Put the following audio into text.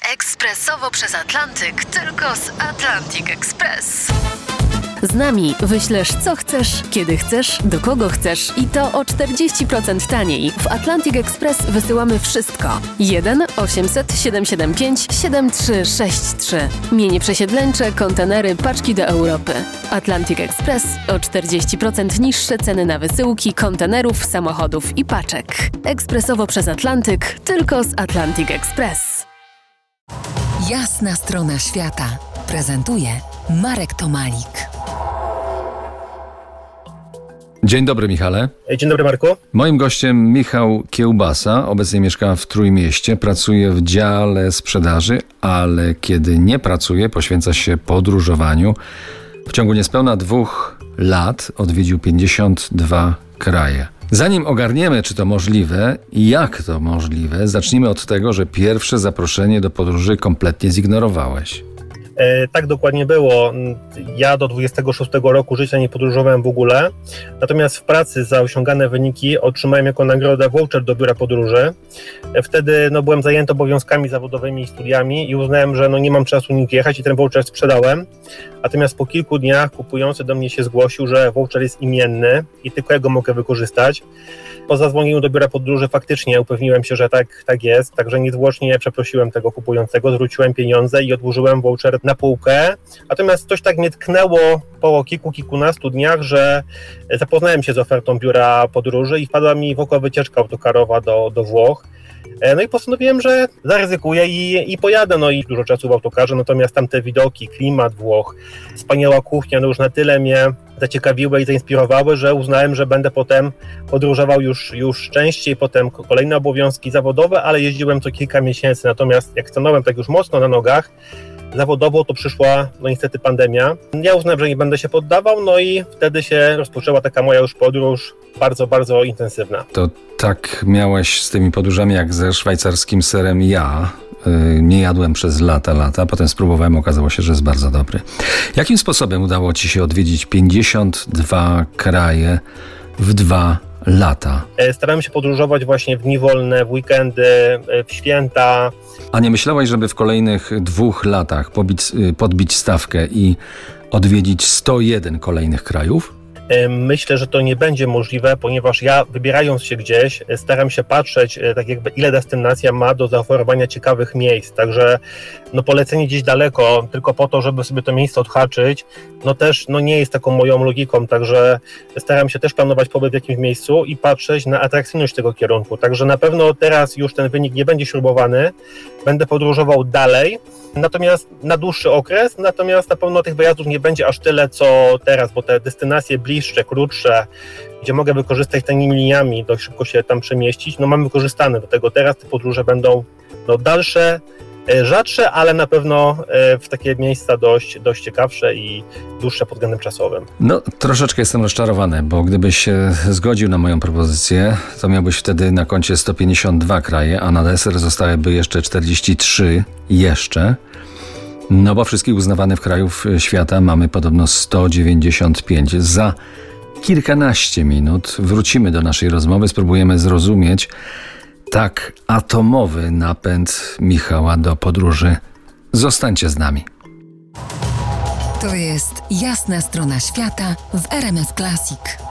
Ekspresowo przez Atlantyk, tylko z Atlantic Express. Z nami wyślesz co chcesz, kiedy chcesz, do kogo chcesz i to o 40% taniej. W Atlantic Express wysyłamy wszystko. 1 800 775 7363. Mienie przesiedleńcze, kontenery, paczki do Europy. Atlantic Express o 40% niższe ceny na wysyłki, kontenerów, samochodów i paczek. Ekspresowo przez Atlantyk, tylko z Atlantic Express. Jasna strona świata prezentuje Marek Tomalik. Dzień dobry, Michale. Dzień dobry, Marku. Moim gościem Michał Kiełbasa, obecnie mieszka w Trójmieście, pracuje w dziale sprzedaży, ale kiedy nie pracuje, poświęca się podróżowaniu. W ciągu niespełna 2 lat odwiedził 52 kraje. Zanim ogarniemy, czy to możliwe i jak to możliwe, zacznijmy od tego, że pierwsze zaproszenie do podróży kompletnie zignorowałeś. Tak dokładnie było. Ja do 26 roku życia nie podróżowałem w ogóle, natomiast w pracy za osiągane wyniki otrzymałem jako nagrodę voucher do biura podróży. Wtedy byłem zajęty obowiązkami zawodowymi i studiami i uznałem, że nie mam czasu nigdzie jechać i ten voucher sprzedałem. Natomiast po kilku dniach kupujący do mnie się zgłosił, że voucher jest imienny i tylko ja go mogę wykorzystać. Po zadzwonieniu do biura podróży faktycznie upewniłem się, że tak jest, także niezwłocznie przeprosiłem tego kupującego, zwróciłem pieniądze i odłożyłem voucher na półkę. Natomiast coś tak mnie tknęło po kilkunastu dniach, że zapoznałem się z ofertą biura podróży i wpadła mi w oko wycieczka autokarowa do Włoch. No i postanowiłem, że zaryzykuję i pojadę, i dużo czasu w autokarze, natomiast tamte widoki, klimat Włoch, wspaniała kuchnia, już na tyle mnie zaciekawiły i zainspirowały, że uznałem, że będę potem podróżował już częściej, potem kolejne obowiązki zawodowe, ale jeździłem co kilka miesięcy, natomiast jak stanąłem tak już mocno na nogach, zawodowo to przyszła niestety pandemia. Ja uznałem, że nie będę się poddawał, i wtedy się rozpoczęła taka moja już podróż bardzo, bardzo intensywna. To tak miałeś z tymi podróżami jak ze szwajcarskim serem ja. Nie jadłem przez lata, potem spróbowałem, okazało się, że jest bardzo dobry. Jakim sposobem udało ci się odwiedzić 52 kraje w 2 lata? Starałem się podróżować właśnie w dni wolne, w weekendy, w święta. A nie myślałeś, żeby w kolejnych 2 latach podbić stawkę i odwiedzić 101 kolejnych krajów? Myślę, że to nie będzie możliwe, ponieważ ja, wybierając się gdzieś, staram się patrzeć, tak jakby ile destynacja ma do zaoferowania ciekawych miejsc, także polecenie gdzieś daleko tylko po to, żeby sobie to miejsce odhaczyć, też nie jest taką moją logiką, także staram się też planować pobyt w jakimś miejscu i patrzeć na atrakcyjność tego kierunku, także na pewno teraz już ten wynik nie będzie śrubowany, będę podróżował dalej, natomiast na dłuższy okres, natomiast na pewno tych wyjazdów nie będzie aż tyle, co teraz, bo te destynacje bliższe, krótsze, gdzie mogę wykorzystać tanimi liniami, dość szybko się tam przemieścić, mam wykorzystane do tego. Teraz te podróże będą dalsze, rzadsze, ale na pewno w takie miejsca dość ciekawsze i dłuższe pod względem czasowym. Troszeczkę jestem rozczarowany, bo gdybyś się zgodził na moją propozycję, to miałbyś wtedy na koncie 152 kraje, a na deser zostałyby jeszcze 43 jeszcze. Bo wszystkich uznawanych krajów świata mamy podobno 195. Za kilkanaście minut wrócimy do naszej rozmowy, spróbujemy zrozumieć tak atomowy napęd Michała do podróży. Zostańcie z nami. To jest Jasna strona świata w RMF Classic.